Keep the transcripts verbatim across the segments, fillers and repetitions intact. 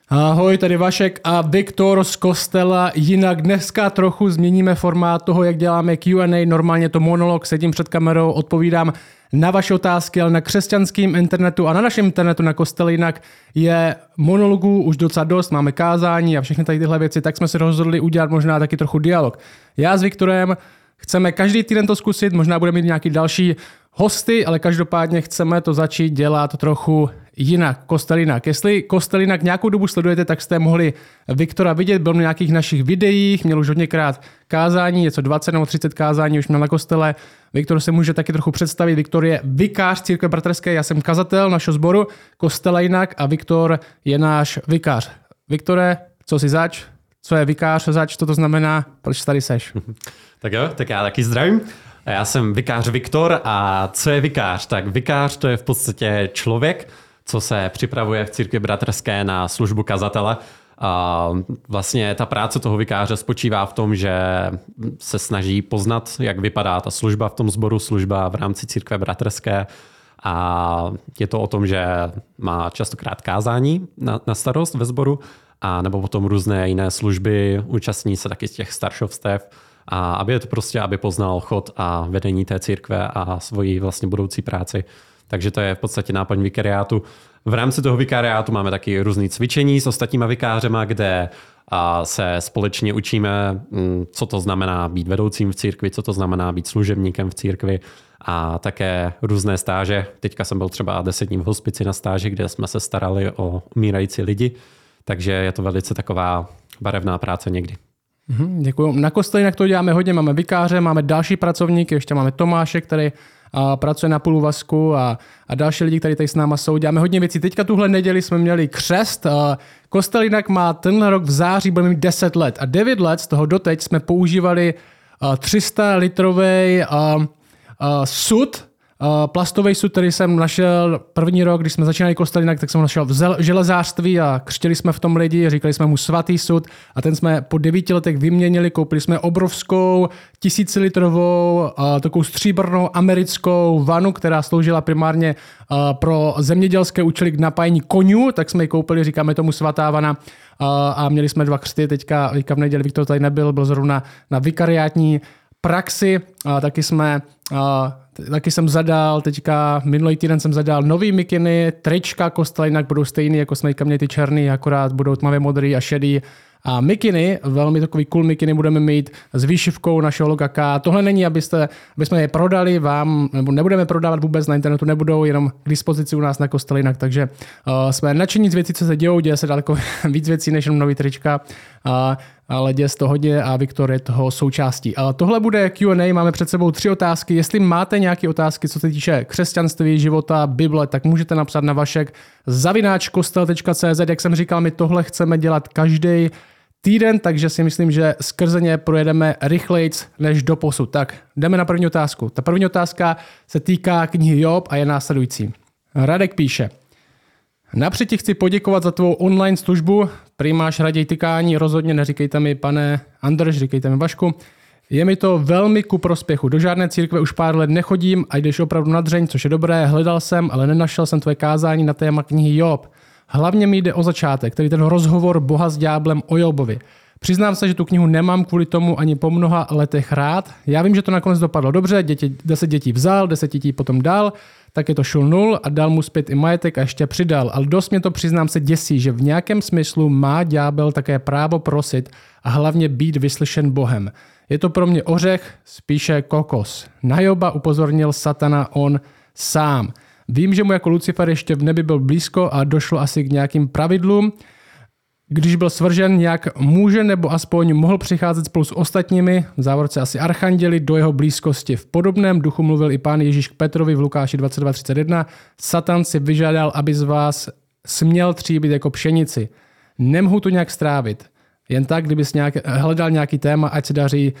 Ahoj, tady Vašek a Viktor z Kostela. Jinak dneska trochu změníme formát toho, jak děláme Q and A. Normálně to monolog, sedím před kamerou, odpovídám na vaše otázky, ale na křesťanském internetu a na našem internetu na Kostele jinak je monologů už docela dost, máme kázání a všechny tady tyhle věci, tak jsme se rozhodli udělat možná taky trochu dialog. Já s Viktorem chceme každý týden to zkusit, možná budeme mít nějaký další hosty, ale každopádně chceme to začít dělat trochu jinak, Kostel jinak. Jestli Kostel jinak nějakou dobu sledujete, tak jste mohli Viktora vidět, byl na nějakých našich videích, měl už hodněkrát kázání, je co dvacet nebo třicet kázání už měl na Kostele. Viktor se může taky trochu představit, Viktor je vikář Církve bratrské, já jsem kazatel našeho sboru Kostela jinak a Viktor je náš vikář. Viktore, co jsi zač? Co je vikář zač? Co to znamená? Proč tady seš? Tak jo, tak já taky zdravím. Já jsem vikář Viktor a co je vikář? Tak vikář to je v podstatě člověk, co se připravuje v Církvi bratrské na službu kazatele. A vlastně ta práce toho vikáře spočívá v tom, že se snaží poznat, jak vypadá ta služba v tom sboru, služba v rámci Církve bratrské. A je to o tom, že má častokrát kázání na, na starost ve sboru, a nebo potom různé jiné služby, účastní se taky z těch staršovstev. A aby je to prostě, aby poznal chod a vedení té církve a svoji vlastně budoucí práci. Takže to je v podstatě náplň vikariátu. V rámci toho vikariátu máme taky různé cvičení s ostatníma vikářema, kde se společně učíme, co to znamená být vedoucím v církvi, co to znamená být služebníkem v církvi a také různé stáže. Teďka jsem byl třeba deset dní v hospici na stáži, kde jsme se starali o umírající lidi, takže je to velice taková barevná práce někdy. Děkuji. Na Kostele jinak to děláme hodně, máme vikáře, máme další pracovníky, ještě máme Tomáše, který a, pracuje na půlúvazku a, a další lidi, kteří tady s náma jsou. Děláme hodně věcí. Teďka tuhle neděli jsme měli křest. A Kostel jinak má tenhle rok v září, bude mít deset let a devět let z toho doteď jsme používali tři sta litrový sud, plastový sud, který jsem našel první rok, když jsme začínali Kostel jinak, tak jsem ho našel v železářství a křtili jsme v tom lidi, říkali jsme mu svatý sud a ten jsme po devíti letech vyměnili, koupili jsme obrovskou tisícilitrovou takovou stříbrnou americkou vanu, která sloužila primárně pro zemědělské účely k napájení konňů, tak jsme ji koupili, říkáme tomu svatá vana a měli jsme dva křty, teďka, teďka v neděli Viktor tady nebyl, byl zrovna na vikariátní praxi, a taky jsme a, taky jsem zadal, teďka minulý týden jsem zadal nový mikiny, trička Kostela jinak budou stejný, jako jsme teďka měli ty černý, akorát budou tmavě modrý a šedý. A mikiny, velmi takový cool mikiny budeme mít s výšivkou našeho loga K. Tohle není, abyste, aby jsme je prodali vám, nebo nebudeme prodávat vůbec na internetu, nebudou jenom k dispozici u nás na Kostele jinak, takže uh, jsme nadšení z věcí, co se dějou, děje se daleko víc věcí než jenom nový trička, uh, ale děje se to hodně a Viktor je toho součástí. Uh, tohle bude Q and A, máme před sebou tři otázky. Jestli máte nějaké otázky, co se týče křesťanství, života, Bible, tak můžete napsat na Vašek zavináč kostel tečka cé zet. Jak jsem říkal, my tohle chceme dělat každý týden, takže si myslím, že skrze ně projedeme rychlejc než doposud. Tak, jdeme na první otázku. Ta první otázka se týká knihy Job a je následující. Radek píše: Napřed ti chci poděkovat za tvou online službu. Prý máš raději tykání, rozhodně neříkejte mi pane Andrš, říkejte mi Vašku. Je mi to velmi ku prospěchu. Do žádné církve už pár let nechodím a jdeš opravdu na dřeň, což je dobré. Hledal jsem, ale nenašel jsem tvoje kázání na téma knihy Job. Hlavně mi jde o začátek, tedy ten rozhovor Boha s ďáblem o Jobovi. Přiznám se, že tu knihu nemám kvůli tomu ani po mnoha letech rád. Já vím, že to nakonec dopadlo dobře, děti, deset dětí vzal, deset dětí potom dal, tak je to šul nul a dal mu zpět i majetek a ještě přidal. Ale dost mě to, přiznám se, děsí, že v nějakém smyslu má ďábel také právo prosit a hlavně být vyslyšen Bohem. Je to pro mě ořech, spíše kokos. Na Joba upozornil satana on sám. Vím, že mu jako Lucifer ještě v nebi byl blízko a došlo asi k nějakým pravidlům. Když byl svržen, nějak může nebo aspoň mohl přicházet spolu s ostatními, v závorce asi archanděli, do jeho blízkosti. V podobném duchu mluvil i pán Ježíš k Petrovi v Lukáši dvacet dva třicet jedna. Satan si vyžádal, aby z vás směl tříbit jako pšenici. Nemohu to nějak strávit. Jen tak, kdybys nějak, hledal nějaký téma, ať se daří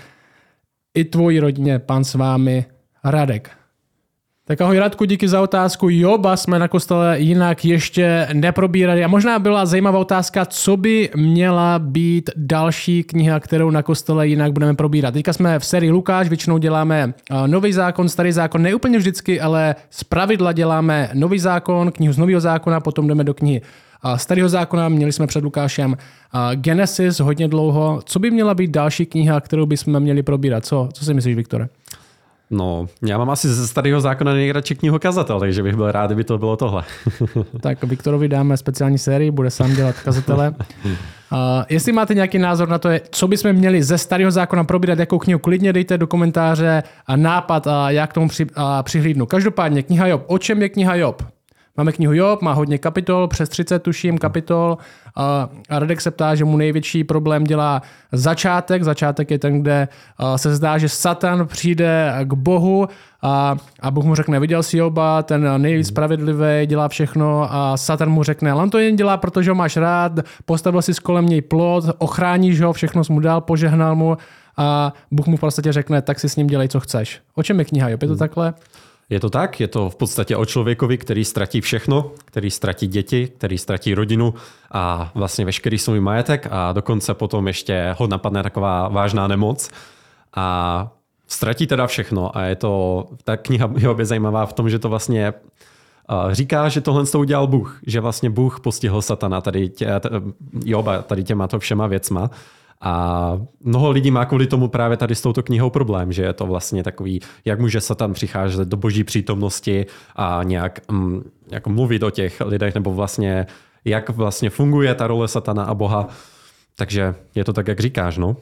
i tvojí rodině, pán s vámi, Radek. Tak ahoj Radku, díky za otázku. Joba jsme na Kostele jinak ještě neprobírali. A možná byla zajímavá otázka, co by měla být další kniha, kterou na Kostele jinak budeme probírat. Teďka jsme v sérii Lukáš, většinou děláme nový zákon, starý zákon, ne úplně vždycky, ale zpravidla děláme nový zákon, knihu z nového zákona, potom jdeme do knihy Starého zákona, měli jsme před Lukášem Genesis hodně dlouho. Co by měla být další kniha, kterou bychom měli probírat? Co, co si myslíš, Viktore? No, já mám asi ze Starého zákona nejradši knihu Kazatel, takže bych byl rád, kdyby to bylo tohle. Tak Viktorovi dáme speciální sérii, bude sám dělat Kazatele. Uh, jestli máte nějaký názor na to, co bychom měli ze Starého zákona probírat, jakou knihu, klidně dejte do komentáře a nápad, a já k tomu při, a přihlídnu. Každopádně kniha Job. O čem je kniha Job? Máme knihu Job, má hodně kapitol, přes třicet tuším kapitol a Radek se ptá, že mu největší problém dělá začátek. Začátek je ten, kde se zdá, že Satan přijde k Bohu a, a Bůh mu řekne, viděl jsi Joba, ten nejvíc spravedlivý, dělá všechno a Satan mu řekne, ale on to jen dělá, protože ho máš rád, postavil si kolem něj plot, ochráníš ho, všechno jsi mu dal, požehnal mu a Bůh mu v podstatě řekne, tak si s ním dělej, co chceš. O čem je kniha Job? Je to takhle? Je to tak, je to v podstatě o člověkovi, který ztratí všechno, který ztratí děti, který ztratí rodinu a vlastně veškerý svůj majetek a dokonce potom ještě ho napadne taková vážná nemoc a ztratí teda všechno a je to, ta kniha je zajímavá v tom, že to vlastně říká, že tohle s tou udělal Bůh, že vlastně Bůh postihl Satana tady, tě, Joba, tady těma to všema věcma. A mnoho lidí má kvůli tomu právě tady s touto knihou problém, že je to vlastně takový, jak může Satan přicházet do boží přítomnosti a nějak um, jako mluvit o těch lidech, nebo vlastně jak vlastně funguje ta role Satana a Boha. Takže je to tak, jak říkáš, no?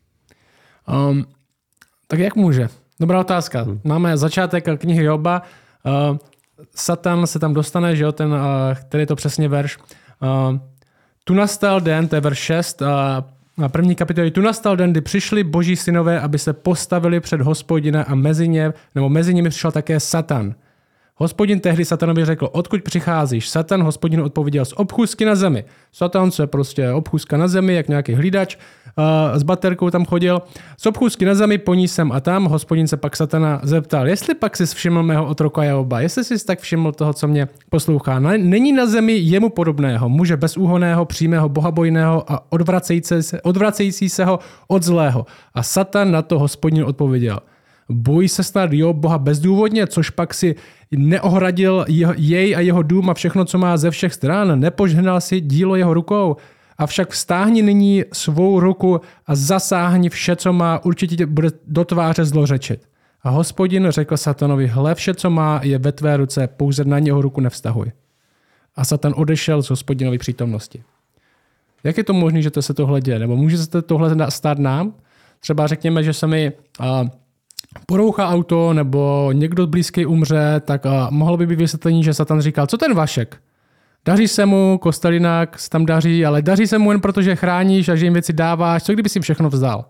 Um, tak jak může? Dobrá otázka. Hmm. Máme začátek knihy Joba. Uh, Satan se tam dostane, že jo, ten, uh, který je to přesně verš. Uh, tu nastal den, to je verš šest, uh, na první kapitole, tu nastal den, kdy přišli boží synové, aby se postavili před Hospodina a mezi ně, nebo mezi nimi přišel také Satan. Hospodin tehdy Satanovi řekl, odkud přicházíš? Satan Hospodinu odpověděl, z obchůzky na zemi. Satan, co je prostě obchůzka na zemi, jak nějaký hlídač, uh, s baterkou tam chodil. Z obchůzky na zemi, po ní sem a tam. Hospodin se pak Satana zeptal, jestli pak si všiml mého otroka Joba, jestli jsi tak všiml toho, co mě poslouchá. Není na zemi jemu podobného, muže bezúhonného, přímého, bohabojného a odvracející se, odvracející se ho od zlého. A Satan na to Hospodin odpověděl. Bojí se snad Job Boha bezdůvodně, což pak si neohradil jeho, jej a jeho dům a všechno, co má ze všech stran. Nepožehnal si dílo jeho rukou. Avšak vztáhni nyní svou ruku a zasáhni vše, co má, určitě tě bude do tváře zlořečit. A Hospodin řekl Satanovi, hle, vše, co má, je ve tvé ruce, pouze na něho ruku nevztahuj. A Satan odešel z Hospodinovy přítomnosti. Jak je to možné, že to se tohle děje? Nebo může se tohle stát nám? Třeba řekněme, že se mi a, porouchá auto, nebo někdo blízký umře, tak a, mohlo by být vysvětlení, že Satan říkal, co ten Vašek? Daří se mu, Kostelinak se tam daří, ale daří se mu jen proto, že chráníš a že jim věci dáváš. Co kdyby si všechno vzdal?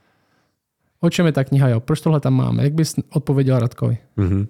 O čem je ta kniha Job? Proč tohle tam máme? Jak bys odpověděl Radkovi? Mm-hmm.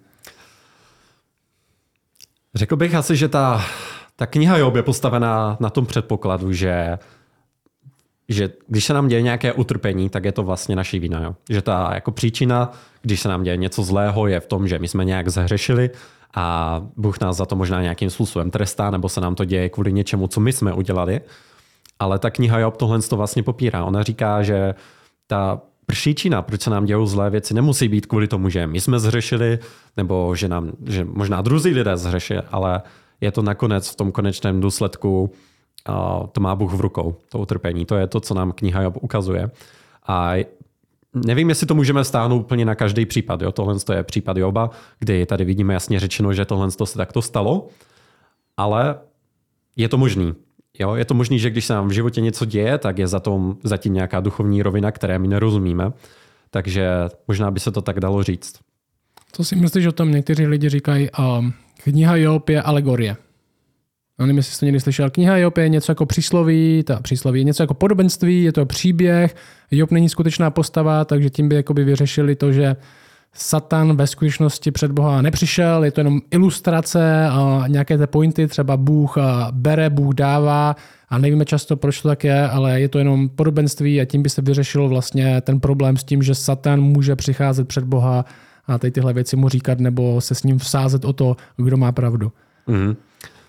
Řekl bych asi, že ta, ta kniha Job je postavená na tom předpokladu, že, že když se nám děje nějaké utrpení, tak je to vlastně naší vina. Jo? Že ta jako příčina, když se nám děje něco zlého, je v tom, že my jsme nějak zahřešili a Bůh nás za to možná nějakým způsobem trestá, nebo se nám to děje kvůli něčemu, co my jsme udělali. Ale ta kniha Job tohle to vlastně popírá. Ona říká, že ta příčina, proč se nám dějou zlé věci, nemusí být kvůli tomu, že my jsme zhřešili, nebo že, nám, že možná druzí lidé zhřešili, ale je to nakonec v tom konečném důsledku, uh, to má Bůh v rukou, to utrpení. To je to, co nám kniha Job ukazuje. A nevím, jestli to můžeme stáhnout úplně na každý případ. Jo? Tohle je případ Joba, kdy tady vidíme jasně řečeno, že tohle se takto stalo, ale je to možný. Jo? Je to možný, že když se nám v životě něco děje, tak je za tom, zatím nějaká duchovní rovina, které my nerozumíme. Takže možná by se to tak dalo říct. Co si myslíš o tom? Někteří lidi říkají, um, kniha Job je alegorie. Já nevím, jestli jsi to někdy slyšel. Kniha Job je něco jako přísloví, ta přísloví je něco jako podobenství, je to příběh. Job není skutečná postava, takže tím by jakoby vyřešili to, že Satan ve skutečnosti před Boha nepřišel, je to jenom ilustrace a nějaké ty pointy, třeba Bůh bere, Bůh dává a nevíme často, proč to tak je, ale je to jenom podobenství a tím by se vyřešil vlastně ten problém s tím, že Satan může přicházet před Boha a tady tyhle věci mu říkat nebo se s ním vsázet o to, kdo má pravdu. Mm-hmm.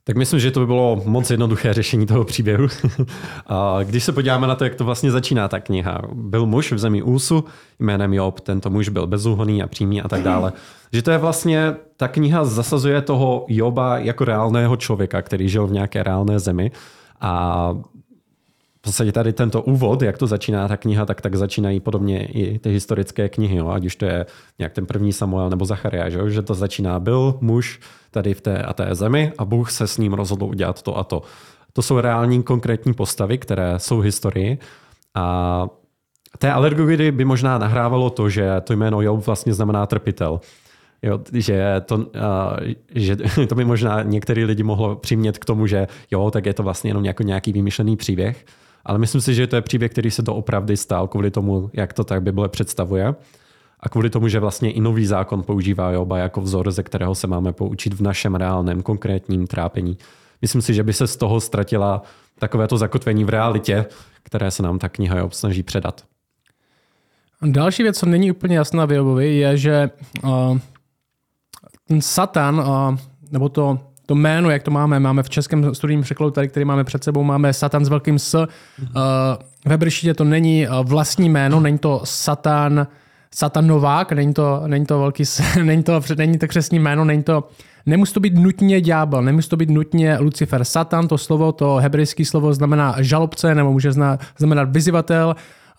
Tak myslím, že to by bylo moc jednoduché řešení toho příběhu. A když se podíváme na to, jak to vlastně začíná ta kniha. Byl muž v zemi Úsu jménem Job, tento muž byl bezúhonný a přímý a tak dále. Že to je vlastně, ta kniha zasazuje toho Joba jako reálného člověka, který žil v nějaké reálné zemi. A v podstatě tady tento úvod, jak to začíná ta kniha, tak tak začínají podobně i ty historické knihy, jo? Ať už to je nějak ten první Samuel nebo Zachariáš, že? že to začíná, byl muž tady v té a té zemi a Bůh se s ním rozhodl udělat to a to. To jsou reální konkrétní postavy, které jsou v historii a té alergogii by možná nahrávalo to, že to jméno Job vlastně znamená trpitel. Jo, že, to, uh, že to by možná některý lidi mohlo přimět k tomu, že jo, tak je to vlastně jenom jako nějaký vymyšlený příběh. Ale myslím si, že to je příběh, který se doopravdy stál kvůli tomu, jak to tak Bible představuje. A kvůli tomu, že vlastně i nový zákon používá Joba jako vzor, ze kterého se máme poučit v našem reálném konkrétním trápení. Myslím si, že by se z toho ztratila takovéto zakotvení v realitě, které se nám ta kniha Job snaží předat. Další věc, co není úplně jasná v Jobovi, je, že uh, ten Satan, uh, nebo to To jméno, jak to máme, máme v českém studijním překladu, tady, který máme před sebou, máme Satan s velkým S. Mm-hmm. V hebrejštině to není vlastní jméno, není to Satan, Satan Novák, není to, není to velký S, není to, není to křestní jméno, není to, nemusí to být nutně ďábel, nemusí to být nutně Lucifer. Satan, to slovo, to hebrejské slovo znamená žalobce, nebo může znamenat vyzývatel.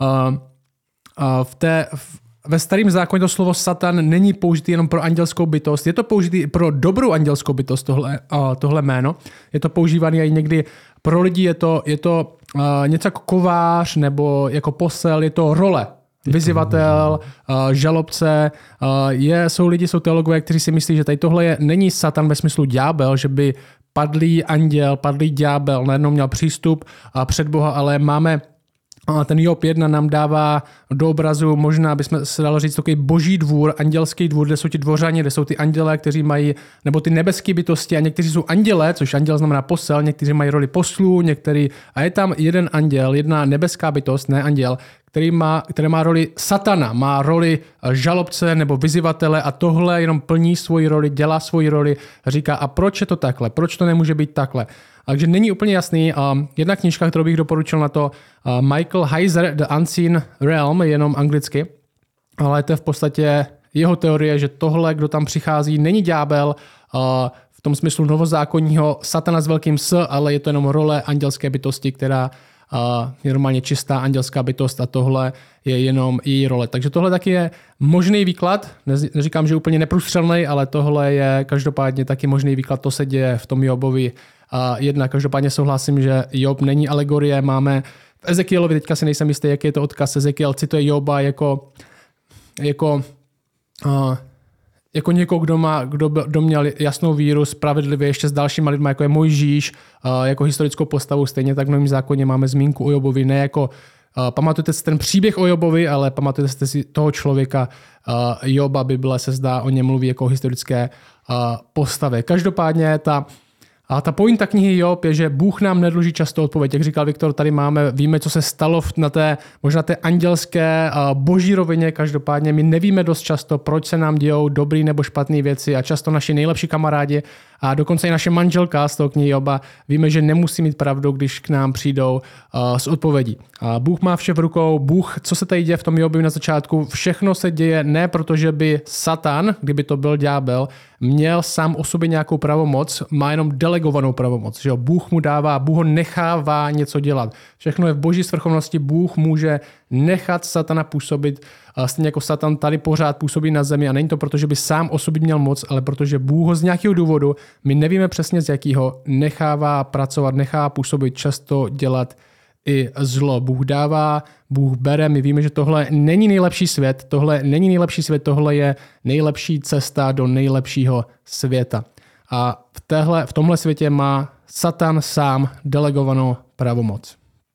V té, v, Ve starém zákoně to slovo Satan není použitý jenom pro andělskou bytost, je to použitý pro dobrou andělskou bytost, tohle, uh, tohle jméno. Je to používané i někdy pro lidi, je to, je to uh, něco jako kovář nebo jako posel, je to role. Vyzývatel, uh, žalobce, uh, je, jsou lidi, jsou teologové, kteří si myslí, že tady tohle je, není Satan ve smyslu ďábel, že by padlý anděl, padlý ďábel najednou měl přístup uh, před Boha, ale máme a ten Job jedna nám dává do obrazu, možná bychom se dalo říct, takový boží dvůr, andělský dvůr, kde jsou ti dvořani, kde jsou ty andělé, kteří mají, nebo ty nebeské bytosti a někteří jsou andělé, což anděl znamená posel, někteří mají roli poslů, některý, a je tam jeden anděl, jedna nebeská bytost, ne anděl, který má, který má roli satana, má roli žalobce nebo vyzývatele a tohle jenom plní svoji roli, dělá svoji roli, říká a proč je to takhle, proč to nemůže být takhle. Takže není úplně jasný. Jedna knížka, kterou bych doporučil na to, Michael Heiser, The Unseen Realm, jenom anglicky, ale to je v podstatě jeho teorie, že tohle, kdo tam přichází, není ďábel v tom smyslu novozákonního satana s velkým S, ale je to jenom role andělské bytosti, která je normálně čistá andělská bytost a tohle je jenom její role. Takže tohle taky je možný výklad, neříkám, že úplně neprůstřelný, ale tohle je každopádně taky možný výklad, to se děje v tom Jobovi. Jedna, každopádně souhlasím, že Job není alegorie, máme v Ezekielovi, teďka si nejsem jistý, jaký je to odkaz, Ezekiel cituje Joba jako, jako, uh, jako někoho, kdo, má, kdo, kdo měl jasnou víru, spravedlivě ještě s dalšíma lidmi, jako je Mojžíš, uh, jako historickou postavu, stejně tak v Novém zákoně máme zmínku o Jobovi, ne jako Uh, pamatujete si ten příběh o Jobovi, ale pamatujete si toho člověka uh, Joba, Bible se zdá, o něm mluví jako historické uh, postavy. Každopádně ta A ta pointa knihy Job je, že Bůh nám nedluží často odpověď. Jak říkal Viktor, tady máme, víme, co se stalo na té, možná té andělské boží rovině. Každopádně my nevíme dost často, proč se nám dějou dobrý nebo špatné věci a často naši nejlepší kamarádi a dokonce i naše manželka z toho knihy Joba víme, že nemusí mít pravdu, když k nám přijdou uh, s odpovědí. Uh, Bůh má vše v rukou, Bůh, co se tady děje v tom Jobovi na začátku, všechno se děje ne proto, že by Satan, kdyby to byl ďábel, měl sám o sobě nějakou pravomoc, má jenom delegovanou pravomoc. Že jo? Bůh mu dává, Bůh ho nechává něco dělat. Všechno je v boží svrchovnosti, Bůh může nechat Satana působit, stejně jako Satan tady pořád působí na zemi a není to proto, že by sám o sobě měl moc, ale protože Bůh ho z nějakého důvodu, my nevíme přesně z jakého, nechává pracovat, nechává působit, často dělat i zlo. Bůh dává, Bůh bere, my víme, že tohle není nejlepší svět, tohle není nejlepší svět, tohle je nejlepší cesta do nejlepšího světa. A v, téhle, v tomhle světě má Satan sám delegovanou pravomoc.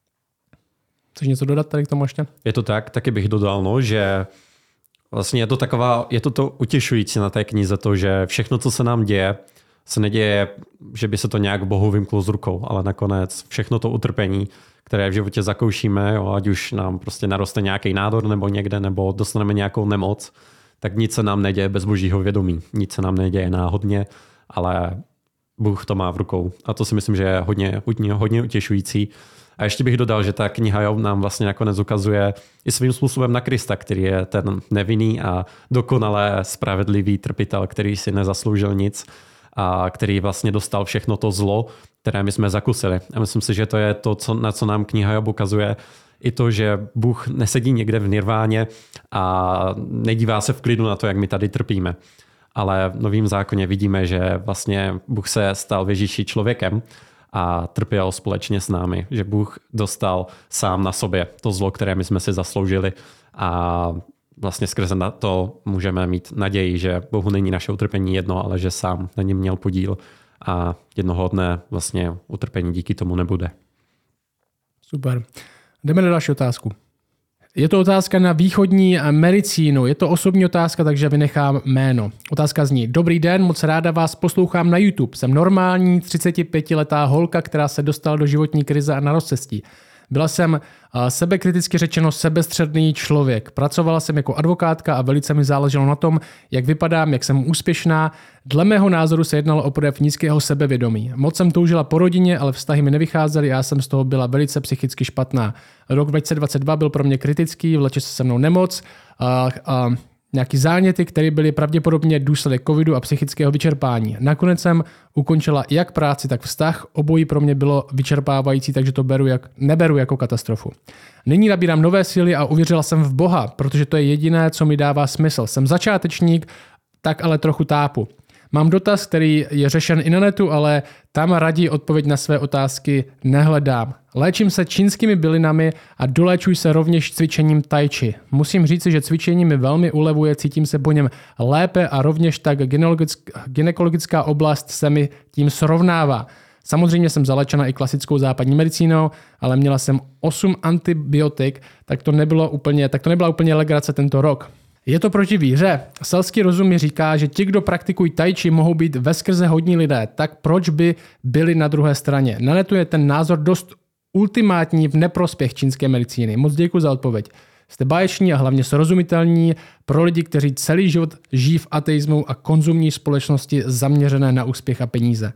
Chceš něco dodat tady k tomu ještě? Je to tak, taky bych dodal, no, že vlastně je to taková, je to to utěšující na té knize, to, že všechno, co se nám děje, se neděje, že by se to nějak Bohu vymklo z rukou, ale nakonec všechno to utrpení, které v životě zakoušíme, jo, ať už nám prostě naroste nějaký nádor nebo někde, nebo dostaneme nějakou nemoc, tak nic se nám neděje bez božího vědomí. Nic se nám neděje náhodně, ale Bůh to má v rukou. A to si myslím, že je hodně, hodně, hodně utěšující. A ještě bych dodal, že ta kniha Job nám vlastně nakonec ukazuje i svým způsobem na Krista, který je ten nevinný a dokonale spravedlivý trpitel, který si nezasloužil nic a který vlastně dostal všechno to zlo, které my jsme zakusili. A myslím si, že to je to, co, na co nám kniha Job ukazuje, i to, že Bůh nesedí někde v nirváně a nedívá se v klidu na to, jak my tady trpíme. Ale v Novém zákoně vidíme, že vlastně Bůh se stal v Ježíši člověkem a trpěl společně s námi. Že Bůh dostal sám na sobě to zlo, které my jsme si zasloužili a vlastně skrze na to můžeme mít naději, že Bohu není naše utrpení jedno, ale že sám na něm měl podíl a jednoho dne vlastně utrpení díky tomu nebude. Super. Jdeme na další otázku. Je to otázka na východní medicínu. Je to osobní otázka, takže vynechám jméno. Otázka zní: Dobrý den, moc ráda vás poslouchám na YouTube. Jsem normální třicetipětiletá holka, která se dostala do životní krize a na rozcestí. Byla jsem sebekriticky řečeno sebestředný člověk. Pracovala jsem jako advokátka a velice mi záleželo na tom, jak vypadám, jak jsem úspěšná. Dle mého názoru se jednalo o projev nízkého sebevědomí. Moc jsem toužila po rodině, ale vztahy mi nevycházely a já jsem z toho byla velice psychicky špatná. Rok dva tisíce dvacet dva byl pro mě kritický, vleče se se mnou nemoc, a, a nějaký záněty, které byly pravděpodobně důsledek covidu a psychického vyčerpání. Nakonec jsem ukončila jak práci, tak vztah. Obojí pro mě bylo vyčerpávající, takže to beru jak, neberu jako katastrofu. Nyní nabírám nové síly a uvěřila jsem v Boha, protože to je jediné, co mi dává smysl. Jsem začátečník, tak ale trochu tápu. Mám dotaz, který je řešen i na netu, ale tam raději odpověď na své otázky nehledám. Léčím se čínskými bylinami a doléčuji se rovněž cvičením tai chi. Musím říct, že cvičení mi velmi ulevuje, cítím se po něm lépe a rovněž tak gynekologická oblast se mi tím srovnává. Samozřejmě jsem zalečena i klasickou západní medicínou, ale měla jsem osm antibiotik, tak to, nebylo úplně, tak to nebyla úplně legrace tento rok. Je to proti víře. Selský rozum mi říká, že ti, kdo praktikují tai chi, mohou být veskrze hodní lidé, tak proč by byli na druhé straně? Na netu je ten názor dost ultimátní v neprospěch čínské medicíny. Moc děkuji za odpověď. Jste báječní a hlavně srozumitelní pro lidi, kteří celý život žijí v ateismu a konzumní společnosti zaměřené na úspěch a peníze.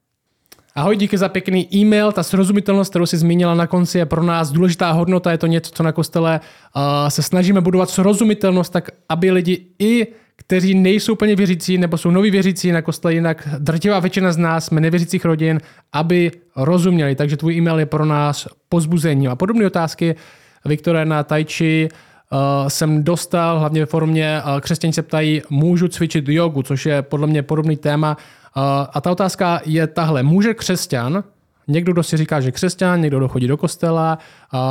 Ahoj, díky za pěkný e-mail. Ta srozumitelnost, kterou jsi zmínila na konci, je pro nás důležitá hodnota. Je to něco, co na kostele uh, se snažíme budovat srozumitelnost, tak aby lidi i kteří nejsou úplně věřící nebo jsou noví věřící na kostele, jinak drtivá většina z nás jsme nevěřících rodin, aby rozuměli. Takže tvůj e-mail je pro nás povzbuzení. A podobné otázky, Viktore, na tai chi uh, jsem dostal, hlavně ve formě uh, křesťané se ptají, můžu cvičit jogu, což je podle mě podobný téma. Uh, a ta otázka je tahle. Může křesťan, někdo, kdo si říká, že křesťan, někdo, kdo chodí do kostela, uh,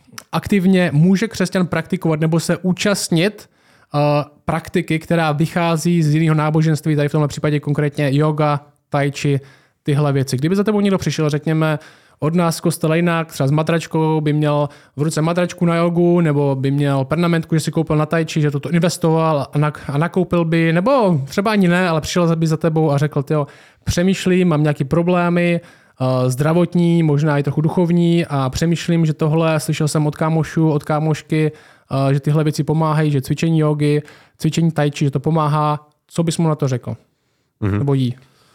aktivně může křesťan praktikovat nebo se účastnit uh, praktiky, která vychází z jiného náboženství, tady v tomhle případě konkrétně yoga, tai chi, tyhle věci. Kdyby za tebou někdo přišel, řekněme, od nás z kostela jinak, třeba s matračkou, by měl v ruce matračku na jogu, nebo by měl pernamentku, že si koupil na tai chi, že toto investoval a, nak- a nakoupil by, nebo třeba ani ne, ale přišel by za tebou a řekl, tyjo, přemýšlím, mám nějaké problémy, uh, zdravotní, možná i trochu duchovní a přemýšlím, že tohle, slyšel jsem od kámošů, od kámošky, uh, že tyhle věci pomáhají, že cvičení jogy, cvičení tai chi, že to pomáhá. Co bys mu na to řekl? Mm-hmm. Nebo jí?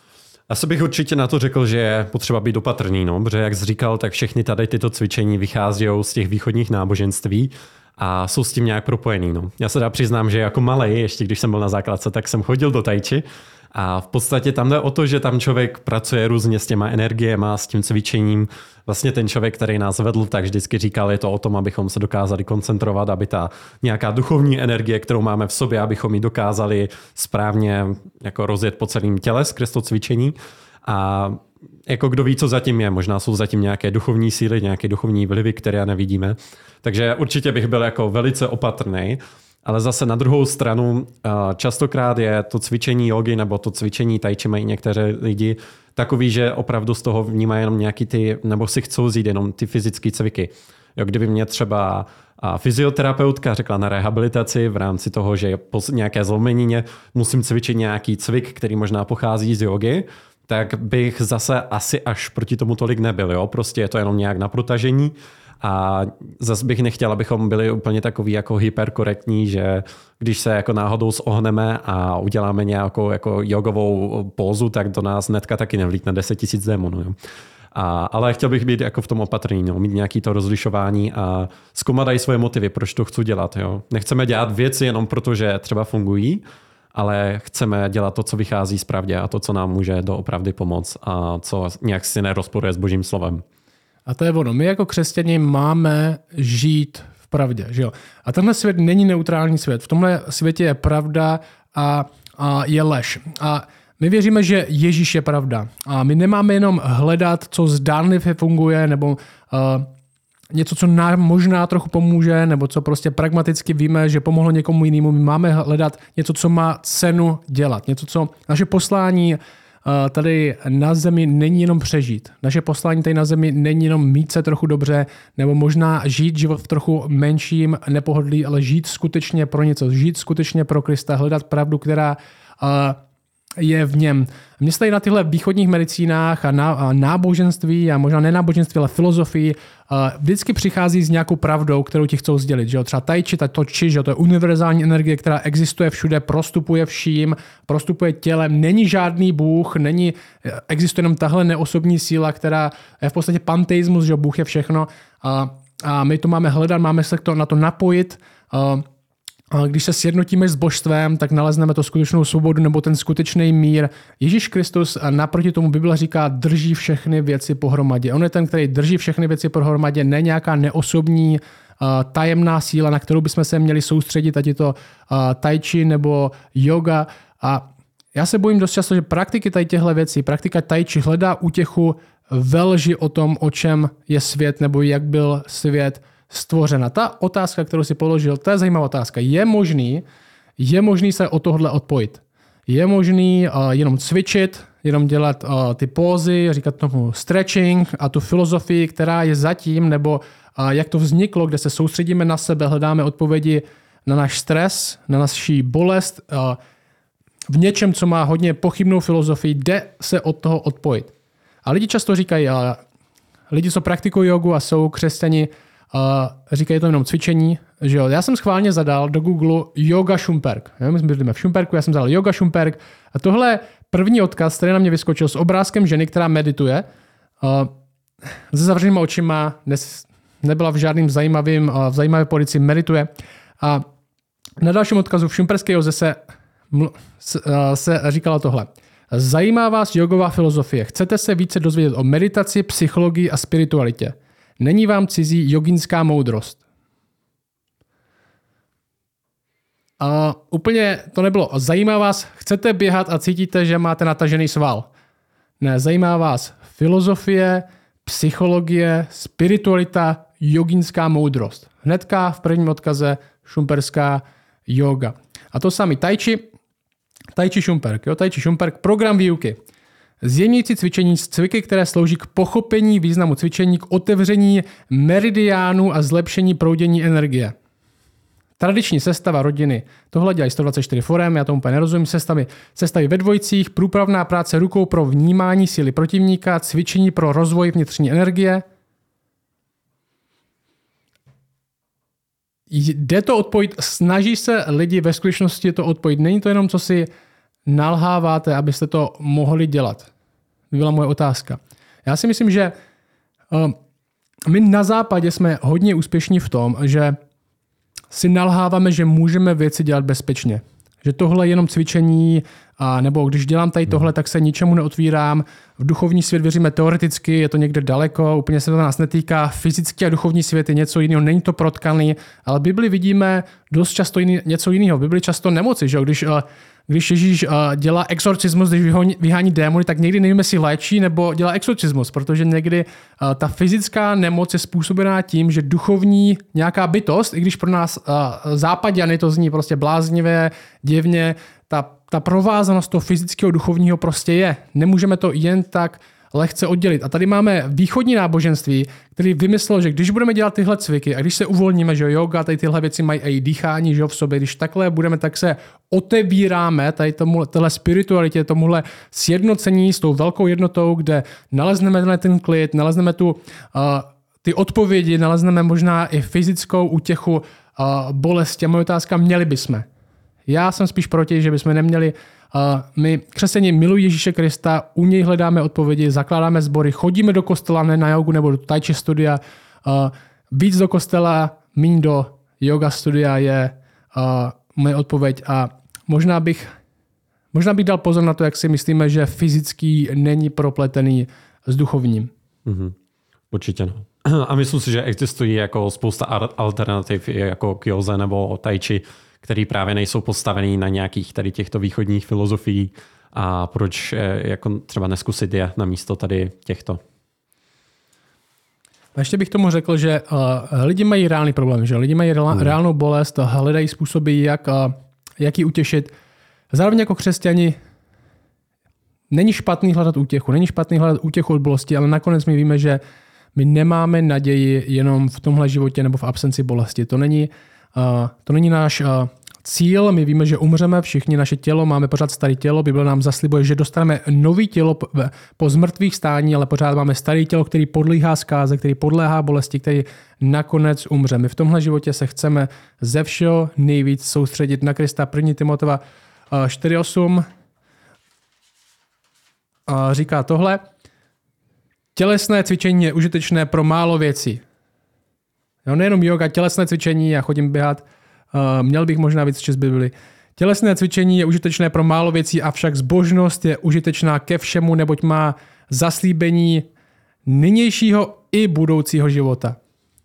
Asi bych určitě na to řekl, že je potřeba být opatrný, no, protože jak jsi říkal, tak všechny tady tyto cvičení vychází z těch východních náboženství a jsou s tím nějak propojený. No. Já se dá přiznám, že jako malej, ještě když jsem byl na základce, tak jsem chodil do tai chi a v podstatě tam jde o to, že tam člověk pracuje různě s těma energiema, s tím cvičením. Vlastně ten člověk, který nás vedl, tak vždycky říkal, je to o tom, abychom se dokázali koncentrovat, aby ta nějaká duchovní energie, kterou máme v sobě, abychom ji dokázali správně jako rozjet po celém těle skrz to cvičení. A jako kdo ví, co zatím je. Možná jsou zatím nějaké duchovní síly, nějaké duchovní vlivy, které nevidíme. Takže určitě bych byl jako velice opatrný. Ale zase na druhou stranu častokrát je to cvičení jogy nebo to cvičení tai chi mají někteří lidi takový, že opravdu z toho vnímají jenom nějaký ty, nebo si chcou vzít jenom ty fyzické cviky. Jo, kdyby mě třeba fyzioterapeutka řekla na rehabilitaci v rámci toho, že po nějaké zlomenině musím cvičit nějaký cvik, který možná pochází z jogy, tak bych zase asi až proti tomu tolik nebyl. Jo? Prostě je to jenom nějak na protažení. A zase bych nechtěl, abychom byli úplně takový jako hyperkorektní, že když se jako náhodou zohneme a uděláme nějakou jako jogovou pózu, tak do nás hnedka taky nevlítne deset tisíc démonů. Jo. A, ale chtěl bych být jako v tom opatrný, no, mít nějaký to rozlišování a zkoumat i svoje motivy, proč to chci dělat. Jo. Nechceme dělat věci jenom proto, že třeba fungují, ale chceme dělat to, co vychází z pravdy a to, co nám může doopravdy pomoct a co nějak si nerozporuje s Božím slovem. A to je ono. My jako křesťané máme žít v pravdě. Že jo? A tenhle svět není neutrální svět. V tomhle světě je pravda a, a je lež. A my věříme, že Ježíš je pravda. A my nemáme jenom hledat, co zdánlivě funguje, nebo uh, něco, co nám možná trochu pomůže, nebo co prostě pragmaticky víme, že pomohlo někomu jinému. My máme hledat něco, co má cenu dělat. Něco, co naše poslání tady na zemi není jenom přežít. Naše poslání tady na zemi není jenom mít se trochu dobře, nebo možná žít život v trochu menším nepohodlí, ale žít skutečně pro něco, žít skutečně pro Krista, hledat pravdu, která je v něm. Mně se tady na tyhle východních medicínách a, ná, a náboženství, a možná nenáboženství, ale filozofii, vždycky přichází s nějakou pravdou, kterou ti chcou sdělit. Že jo? Třeba tai chi, ta to chi, že jo? To je univerzální energie, která existuje všude, prostupuje vším, prostupuje tělem, není žádný bůh, není, existuje jenom tahle neosobní síla, která je v podstatě panteismus, že jo? Bůh je všechno a, a my to máme hledat, máme se to, na to napojit. A, A když se sjednotíme s božstvem, tak nalezneme to skutečnou svobodu nebo ten skutečný mír. Ježíš Kristus naproti tomu Bible říká, drží všechny věci pohromadě. On je ten, který drží všechny věci pohromadě, ne nějaká neosobní uh, tajemná síla, na kterou bychom se měli soustředit, ať je to uh, tai chi nebo yoga. A já se bojím dost často, že praktiky tady těchto věcí, praktika tai chi hledá útěchu ve lži o tom, o čem je svět nebo jak byl svět stvořena. Ta otázka, kterou si položil, to je zajímavá otázka. Je možný, je možný se od tohle odpojit. Je možný uh, jenom cvičit, jenom dělat uh, ty pózy, říkat tomu stretching a tu filozofii, která je zatím, nebo uh, jak to vzniklo, kde se soustředíme na sebe, hledáme odpovědi na náš stres, na naši bolest, uh, v něčem, co má hodně pochybnou filozofii, jde se od toho odpojit. A lidi často říkají, uh, lidi, co praktikují jogu a jsou křesťani, Uh, říkají to jenom cvičení, že jo. Já jsem schválně zadal do Google Yoga Šumperk. Jo, my jsme byli v Šumperku, já jsem zadal Yoga Šumperk a tohle je první odkaz, který na mě vyskočil s obrázkem ženy, která medituje. Uh, se zavřenýma očima, nes, nebyla v žádným zajímavým, uh, v zajímavé pozici, medituje. A na dalším odkazu v šumperské joze se, se, uh, se říkalo tohle. Zajímá vás jogová filozofie. Chcete se více dozvědět o meditaci, psychologii a spiritualitě. Není vám cizí joginská moudrost. A úplně to nebylo. Zajímá vás, chcete běhat a cítíte, že máte natažený sval. Ne, zajímá vás filozofie, psychologie, spiritualita, joginská moudrost. Hnedka v prvním odkaze šumperská yoga. A to samý tai chi, tai chi šumperk, jo, tai chi šumperk, program výuky. Zjemňující cvičení, cviky, které slouží k pochopení významu cvičení, k otevření meridiánu a zlepšení proudění energie. Tradiční sestava rodiny. Tohle dělají sto dvacet čtyři forem, já tomu úplně nerozumím. Sestavy, sestavy ve dvojicích, průpravná práce rukou pro vnímání síly protivníka, cvičení pro rozvoj vnitřní energie. Jde to odpojit, snaží se lidi ve skutečnosti to odpojit. Není to jenom, co si nalháváte, abyste to mohli dělat. To byla moje otázka. Já si myslím, že uh, my na západě jsme hodně úspěšní v tom, že si nalháváme, že můžeme věci dělat bezpečně. Že tohle je jenom cvičení, a nebo když dělám tady tohle, tak se ničemu neotvírám. V duchovní svět věříme teoreticky, je to někde daleko, úplně se to nás netýká. Fyzický a duchovní svět je něco jiného, není to protkaný, ale v Bibli vidíme dost často jiný, něco jiného. V Bibli často nemoci, že když, když Ježíš dělá exorcismus, když vyhání démony, tak někdy nevíme, jestli léčí nebo dělá exorcismus, protože někdy ta fyzická nemoc je způsobená tím, že duchovní nějaká bytost, i když pro nás západěny to zní prostě bláznivě, divně, ta, ta provázanost toho fyzického duchovního prostě je. Nemůžeme to jen tak lehce oddělit. A tady máme východní náboženství, který vymyslel, že když budeme dělat tyhle cviky a když se uvolníme, že yoga, tady tyhle věci mají i dýchání, že v sobě, když takhle budeme, tak se otevíráme tady tomu, téhle spiritualitě, tomuhle sjednocení s tou velkou jednotou, kde nalezneme ten klid, nalezneme tu, uh, ty odpovědi nalezneme možná i fyzickou útěchu, bolesti. A moje otázka, měli bychom. Já jsem spíš proti, že bychom neměli. My křesťané milují Ježíše Krista, u něj hledáme odpovědi, zakládáme sbory, chodíme do kostela, ne na jogu nebo do tai chi studia. Víc do kostela, míň do yoga studia je moje odpověď. A možná bych, možná bych dal pozor na to, jak si myslíme, že fyzický není propletený s duchovním. Mm-hmm. Určitě no. A myslím si, že existují jako spousta alternativ jako k józe nebo tai chi, který právě nejsou postavený na nějakých tady těchto východních filozofií a proč jako třeba neskusit je na místo tady těchto. A ještě bych tomu řekl, že uh, lidi mají reálný problém, že lidi mají reál, reálnou bolest, hledají způsoby, jak, uh, jak ji utěšit. Zároveň jako křesťani není špatný hledat útěchu, není špatný hledat útěchu od bolesti, ale nakonec my víme, že my nemáme naději jenom v tomhle životě nebo v absenci bolesti. To není, uh, to není náš uh, cíl. My víme, že umřeme všichni, naše tělo, máme pořád staré tělo. Bible nám zaslibuje, že dostaneme nový tělo po, po zmrtvých stání, ale pořád máme staré tělo, který podléhá zkáze, který podléhá bolesti, který nakonec umře. My v tomhle životě se chceme ze všeho nejvíc soustředit na Krista. první Timotova uh, čtyři osm uh, říká tohle. Tělesné cvičení je užitečné pro málo věcí. Jo, nejenom yoga, tělesné cvičení, já chodím běhat, uh, měl bych možná víc číst Bibli. Tělesné cvičení je užitečné pro málo věcí, avšak zbožnost je užitečná ke všemu, neboť má zaslíbení nynějšího i budoucího života.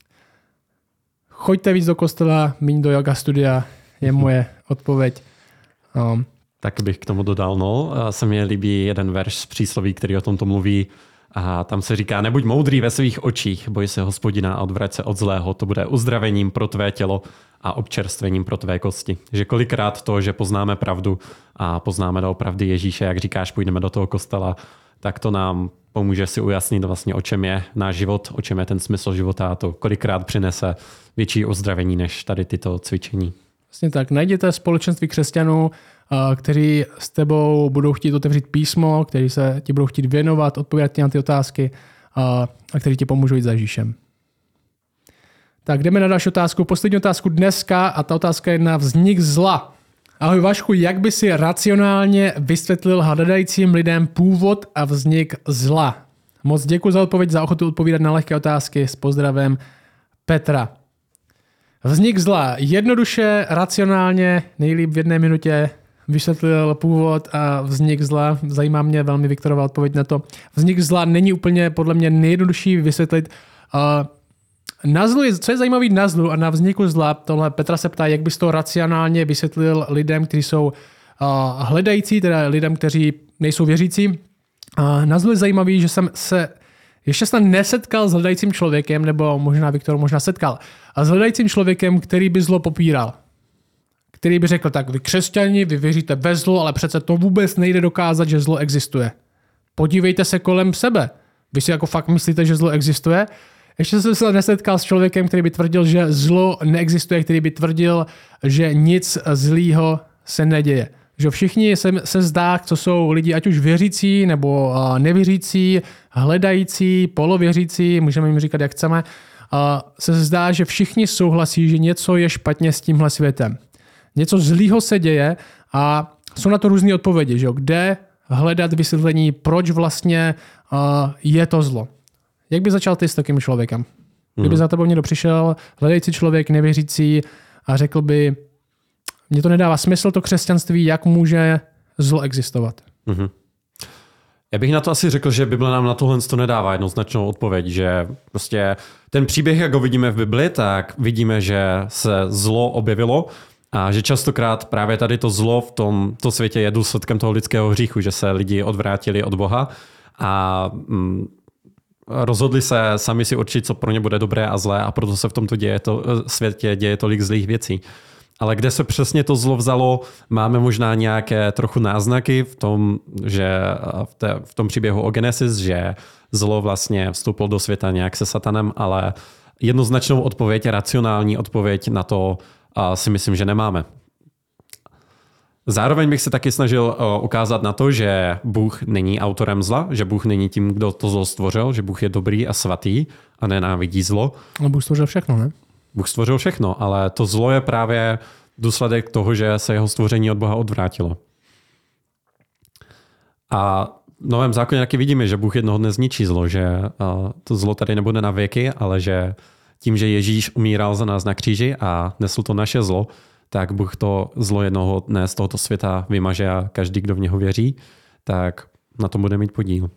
Choďte víc do kostela, míň do yoga studia, je moje odpověď. Um, tak bych k tomu dodal, no, se mi líbí jeden verš z přísloví, který o tomto mluví. A tam se říká, nebuď moudrý ve svých očích, boj se Hospodina a odvrať se od zlého. To bude uzdravením pro tvé tělo a občerstvením pro tvé kosti. Že kolikrát to, že poznáme pravdu a poznáme doopravdy Ježíše, jak říkáš, půjdeme do toho kostela, tak to nám pomůže si ujasnit vlastně, o čem je náš život, o čem je ten smysl života a to kolikrát přinese větší uzdravení než tady tyto cvičení. Vlastně tak, najděte společenství křesťanů, kteří s tebou budou chtít otevřít písmo, kteří se ti budou chtít věnovat, odpovědět ti na ty otázky a, a kteří ti pomůžou jít za Ježíšem. Tak jdeme na další otázku. Poslední otázku dneska a ta otázka je na vznik zla. Ahoj Vašku, jak by si racionálně vysvětlil hledajícím lidem původ a vznik zla? Moc děkuji za odpověď, za ochotu odpovídat na lehké otázky. S pozdravem Petra. Vznik zla. Jednoduše, racionálně, nejlíp v jedné minutě vysvětlil původ a vznik zla. Zajímá mě velmi Viktorova odpověď na to. Vznik zla není úplně podle mě nejjednodušší vysvětlit. Uh, na zlu je, co je zajímavé na zlu a na vzniku zla, tohle Petra se ptá, jak bys to racionálně vysvětlil lidem, kteří jsou uh, hledající, teda lidem, kteří nejsou věřící. Uh, na zlu je zajímavý, že jsem se ještě snad nesetkal s hledajícím člověkem, nebo možná Viktor možná setkal, a s hledajícím člověkem, který by zlo popíral. Který by řekl, tak vy křesťani, vy věříte ve zlo, ale přece to vůbec nejde dokázat, že zlo existuje. Podívejte se kolem sebe. Vy si jako fakt myslíte, že zlo existuje? Ještě jsem se nesetkal s člověkem, který by tvrdil, že zlo neexistuje, který by tvrdil, že nic zlýho se neděje. Že všichni se, se zdá, co jsou lidi, ať už věřící nebo nevěřící, hledající, polověřící, můžeme jim říkat, jak chceme, se zdá, že všichni souhlasí, že něco je špatně s tímhle světem. Něco zlýho se děje a jsou na to různé odpovědi, že jo? Kde hledat vysvětlení, proč vlastně uh, je to zlo. Jak by začal ty s takým člověkem? Kdyby mm. za tebou někdo přišel, hledající člověk, nevěřící a řekl by, mně to nedává smysl, to křesťanství, jak může zlo existovat? Mm-hmm. Já bych na to asi řekl, že Bible nám na tohle to nedává jednoznačnou odpověď, že prostě ten příběh, jak ho vidíme v Bibli, tak vidíme, že se zlo objevilo a že častokrát právě tady to zlo v tomto světě je důsledkem toho lidského hříchu, že se lidi odvrátili od Boha a mm, rozhodli se sami si určit, co pro ně bude dobré a zlé a proto se v tomto děje to, světě děje tolik zlých věcí. Ale kde se přesně to zlo vzalo, máme možná nějaké trochu náznaky v tom, že v, té, v tom příběhu o Genesis, že zlo vlastně vstoupilo do světa nějak se satanem, ale jednoznačnou odpověď, racionální odpověď na to si myslím, že nemáme. Zároveň bych se taky snažil ukázat na to, že Bůh není autorem zla, že Bůh není tím, kdo to zlo stvořil, že Bůh je dobrý a svatý a nenávidí zlo. No, Bůh stvořil všechno, ne? Bůh stvořil všechno, ale to zlo je právě důsledek toho, že se jeho stvoření od Boha odvrátilo. A v Novém zákoně taky vidíme, že Bůh jednoho dne zničí zlo, že to zlo tady nebude na věky, ale že tím, že Ježíš umíral za nás na kříži a nesl to naše zlo, tak Bůh to zlo jednoho dne z tohoto světa vymaže a každý, kdo v něho věří, tak na tom bude mít podíl.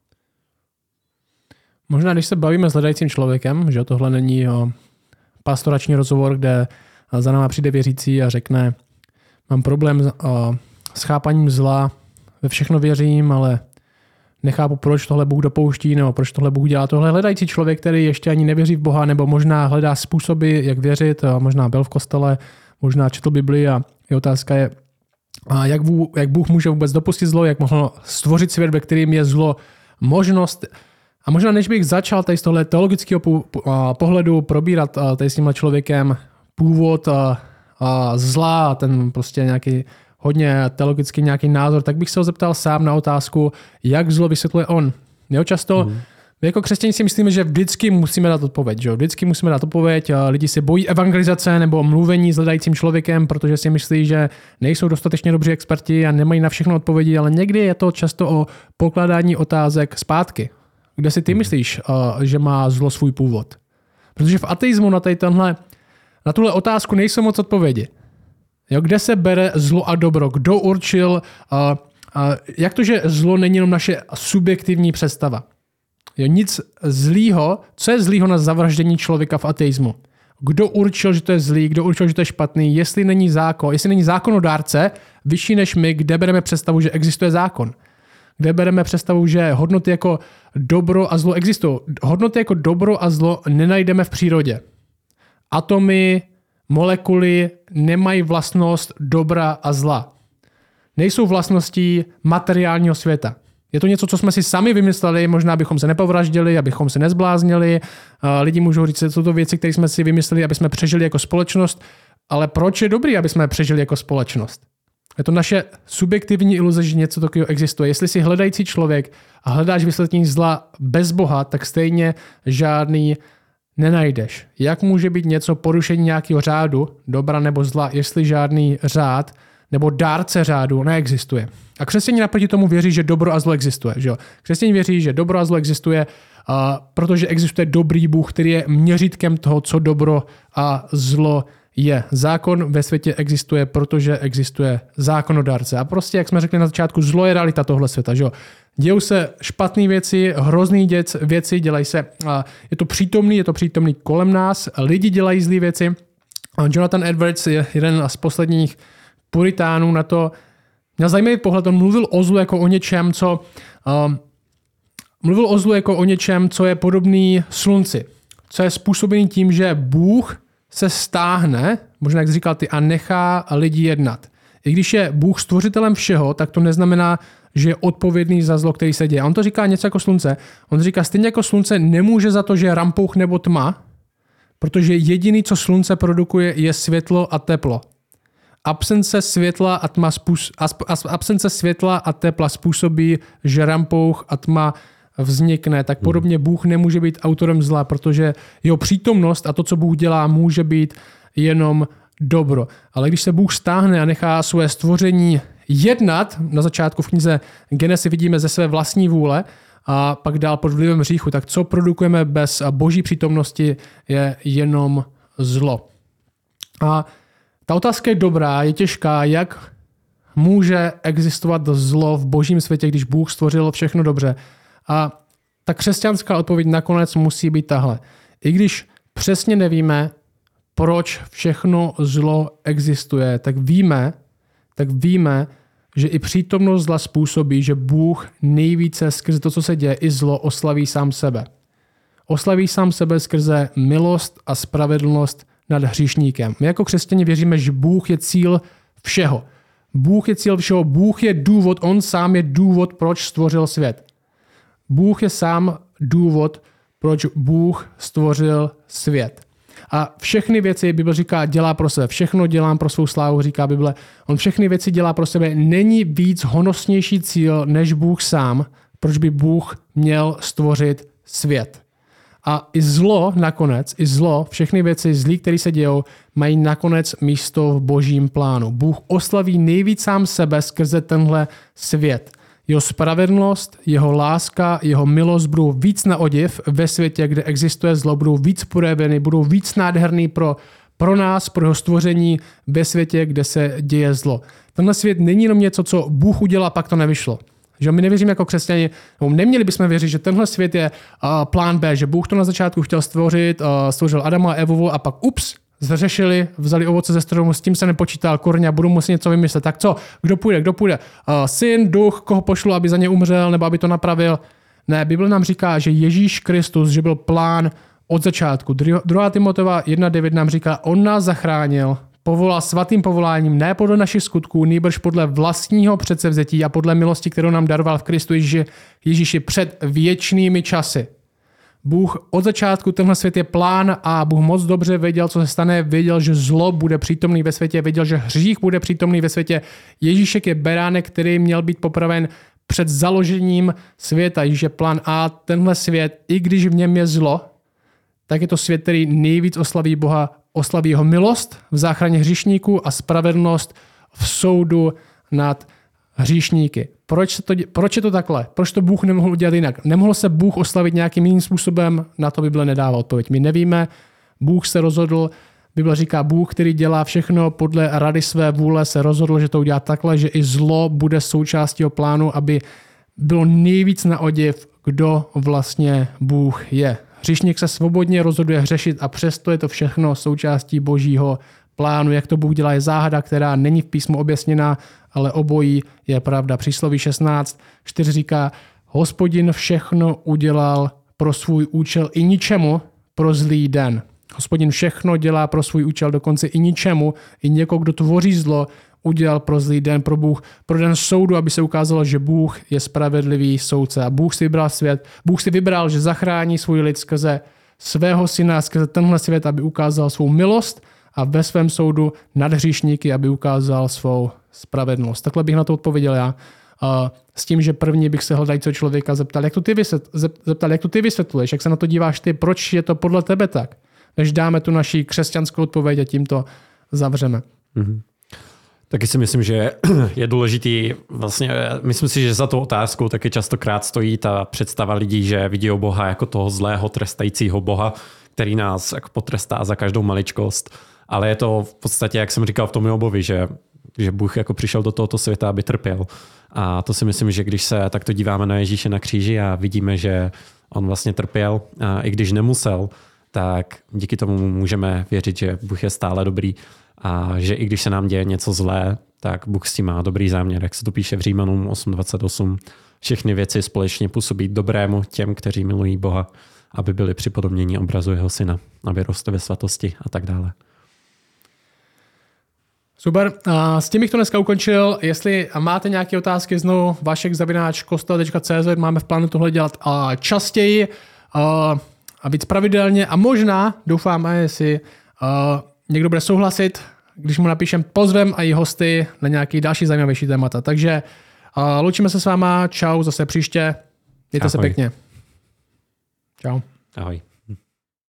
Možná, když se bavíme s hledajícím člověkem, že tohle není o, pastorační rozhovor, kde za náma přijde věřící a řekne, mám problém o, s chápaním zla, ve všechno věřím, ale nechápu, proč tohle Bůh dopouští, nebo proč tohle Bůh dělá. Tohle hledající člověk, který ještě ani nevěří v Boha, nebo možná hledá způsoby, jak věřit, možná byl v kostele, možná četl Bibli a je otázka je, a jak, Bůh, jak Bůh může vůbec dopustit zlo, jak mohl stvořit svět, ve kterým je zlo možnost. A možná než bych začal tady z tohle teologického pohledu probírat tady s tímhle člověkem původ zla, ten prostě nějaký hodně teologicky nějaký názor, tak bych se ho zeptal sám na otázku, jak zlo vysvětluje on. Jo, často mm. my jako křesťané si myslíme, že vždycky musíme dát odpověď. Že? Vždycky musíme dát odpověď. Lidi se bojí evangelizace nebo mluvení s hledajícím člověkem, protože si myslí, že nejsou dostatečně dobří experti a nemají na všechno odpovědi, ale někdy je to často o pokládání otázek zpátky. Kde si ty myslíš, že má zlo svůj původ? Protože v ateismu na, tenhle, na tuhle otázku nejsou moc odpovědi. Jo, kde se bere zlo a dobro? Kdo určil, uh, uh, jak to, že zlo není jenom naše subjektivní představa? Jo, nic zlýho, co je zlýho na zavraždění člověka v ateismu? Kdo určil, že to je zlý, kdo určil, že to je špatný, jestli není zákon, jestli není zákonodárce vyšší než my, kde bereme představu, že existuje zákon? Kde bereme představu, že hodnoty jako dobro a zlo existují? Hodnoty jako dobro a zlo nenajdeme v přírodě. Atomy, molekuly nemají vlastnost dobra a zla. Nejsou vlastností materiálního světa. Je to něco, co jsme si sami vymysleli, možná bychom se nepovraždili, abychom se nezbláznili. Lidi můžou říct, že jsou to věci, které jsme si vymysleli, aby jsme přežili jako společnost, ale proč je dobrý, aby jsme přežili jako společnost? Je to naše subjektivní iluze, že něco takového existuje. Jestli jsi hledající člověk a hledáš vysvětlení zla bez Boha, tak stejně žádný nenajdeš. Jak může být něco porušení nějakého řádu, dobra nebo zla, jestli žádný řád nebo dárce řádu neexistuje? A křesťané naproti tomu věří, že dobro a zlo existuje. Že jo? Křesťané věří, že dobro a zlo existuje, uh, protože existuje dobrý Bůh, který je měřítkem toho, co dobro a zlo je. Zákon ve světě existuje, protože existuje zákonodárce. A prostě, jak jsme řekli na začátku, zlo je realita tohle světa. Že jo? Dějou se špatné věci, hrozný děc, věci, dělají se, je to přítomný, je to přítomný kolem nás, lidi dělají zlé věci. Jonathan Edwards je jeden z posledních puritánů na to, měl zajímavý pohled, on mluvil o zlu jako o něčem, co um, mluvil o zlu jako o něčem, co je podobný slunci, co je způsobený tím, že Bůh se stáhne, možná jak jsi říkal ty, a nechá lidi jednat. I když je Bůh stvořitelem všeho, tak to neznamená, že je odpovědný za zlo, který se děje. A on to říká něco jako slunce. On říká, stejně jako slunce nemůže za to, že je rampouch nebo tma, protože jediný, co slunce produkuje, je světlo a teplo. Absence světla a, tma způs, absence světla a tepla způsobí, že rampouch a tma vznikne. Tak podobně Bůh nemůže být autorem zla, protože jeho přítomnost a to, co Bůh dělá, může být jenom dobro. Ale když se Bůh stáhne a nechá své stvoření jednat, na začátku v knize Genesis vidíme ze své vlastní vůle a pak dál pod vlivem hříchu, tak co produkujeme bez boží přítomnosti je jenom zlo. A ta otázka je dobrá, je těžká, jak může existovat zlo v božím světě, když Bůh stvořil všechno dobře. A ta křesťanská odpověď nakonec musí být tahle. I když přesně nevíme, proč všechno zlo existuje, tak víme, tak víme, že i přítomnost zla způsobí, že Bůh nejvíce skrze to, co se děje, i zlo oslaví sám sebe. Oslaví sám sebe skrze milost a spravedlnost nad hříšníkem. My jako křesťané věříme, že Bůh je cíl všeho. Bůh je cíl všeho. Bůh je důvod, on sám je důvod, proč stvořil svět. Bůh je sám důvod, proč Bůh stvořil svět. A všechny věci, Bible říká, dělá pro sebe. Všechno dělám pro svou slávu, říká Bible. On všechny věci dělá pro sebe. Není víc honosnější cíl, než Bůh sám, proč by Bůh měl stvořit svět. A i zlo nakonec, i zlo, všechny věci zlí, které se dějou, mají nakonec místo v božím plánu. Bůh oslaví nejvíc sám sebe skrze tenhle svět. Jeho spravedlnost, jeho láska, jeho milost budou víc na odiv ve světě, kde existuje zlo, budou víc projeveny, budou víc nádherný pro, pro nás, pro jeho stvoření ve světě, kde se děje zlo. Tenhle svět není jenom něco, co Bůh udělal, pak to nevyšlo. Že my nevěříme jako křesťani, neměli bychom věřit, že tenhle svět je uh, plán B, že Bůh to na začátku chtěl stvořit, uh, stvořil Adama a Evu a pak ups, zřešili, vzali ovoce ze stromu, s tím se nepočítal, korně, budu muset něco vymyslet. Tak co, kdo půjde, kdo půjde? Uh, syn, duch, koho pošlu, aby za ně umřel nebo aby to napravil? Ne, Bible nám říká, že Ježíš Kristus, že byl plán od začátku. druhá Timotova jedna devět nám říká, on nás zachránil, povolal svatým povoláním, ne podle našich skutků, nýbrž podle vlastního předsevzetí a podle milosti, kterou nám daroval v Kristu Ježíši, Ježíši před věčnými časy. Bůh od začátku, tenhle svět je plán a Bůh moc dobře věděl, co se stane, věděl, že zlo bude přítomný ve světě, věděl, že hřích bude přítomný ve světě. Ježíšek je beránek, který měl být popraven před založením světa. Ježíš je plán A, tenhle svět, i když v něm je zlo, tak je to svět, který nejvíc oslaví Boha, oslaví jeho milost v záchraně hříšníků a spravedlnost v soudu nad hříšníky. Proč, to, proč je to takhle? Proč to Bůh nemohl udělat jinak? Nemohl se Bůh oslavit nějakým jiným způsobem? Na to Bible nedává odpověď. My nevíme. Bůh se rozhodl, Bible říká, Bůh, který dělá všechno podle rady své vůle, se rozhodl, že to udělá takhle, že i zlo bude součástí jeho plánu, aby bylo nejvíc na odiv, kdo vlastně Bůh je. Hříšník se svobodně rozhoduje hřešit a přesto je to všechno součástí božího plánu. Jak to Bůh dělá, je záhada, která není v písmu objasněná, ale obojí je pravda. Přísloví šestnáct čtyři říká, Hospodin všechno udělal pro svůj účel i ničemu pro zlý den. Hospodin všechno dělá pro svůj účel, dokonce i ničemu, i někoho, kdo tvoří zlo, udělal pro zlý den, pro Bůh, pro den soudu, aby se ukázalo, že Bůh je spravedlivý soudce. A Bůh si vybral svět, Bůh si vybral, že zachrání svůj lid skrze svého syna, skrze tenhle svět, aby ukázal svou milost a ve svém soudu nad hříšníky, aby ukázal svou spravedlnost. Takhle bych na to odpověděl já. S tím, že první bych se hledajícího člověka zeptal, jak to ty, vysvět, zeptal, jak to ty vysvětluješ, jak se na to díváš ty, proč je to podle tebe tak, než dáme tu naši křesťanskou odpověď a tím to zavřeme. Mm-hmm. Taky si myslím, že je důležitý, vlastně, myslím si, že za tou otázkou taky častokrát stojí ta představa lidí, že vidí Boha jako toho zlého, trestajícího Boha, který nás jako potrestá za každou maličkost. Ale je to v podstatě, jak jsem říkal v tom Jobovi, že, že Bůh jako přišel do tohoto světa, aby trpěl. A to si myslím, že když se takto díváme na Ježíše na kříži a vidíme, že on vlastně trpěl, a i když nemusel, tak díky tomu můžeme věřit, že Bůh je stále dobrý a že i když se nám děje něco zlé, tak Bůh s tím má dobrý záměr. Jak se to píše v Římanům osm dvacet osm, všechny věci společně působí dobrému těm, kteří milují Boha, aby byli připodobnění obrazu jeho syna, aby rostli ve svatosti a tak dále. Super. A s tím bych to dneska ukončil. Jestli máte nějaké otázky, znovu vašek zavináč kostel tečka cé zet, máme v plánu tohle dělat častěji a víc pravidelně a možná, doufáme, jestli někdo bude souhlasit, když mu napíšem pozvem a i hosty na nějaký další zajímavější témata. Takže loučíme se s váma, čau, zase příště, mějte se pěkně. Čau. Ahoj.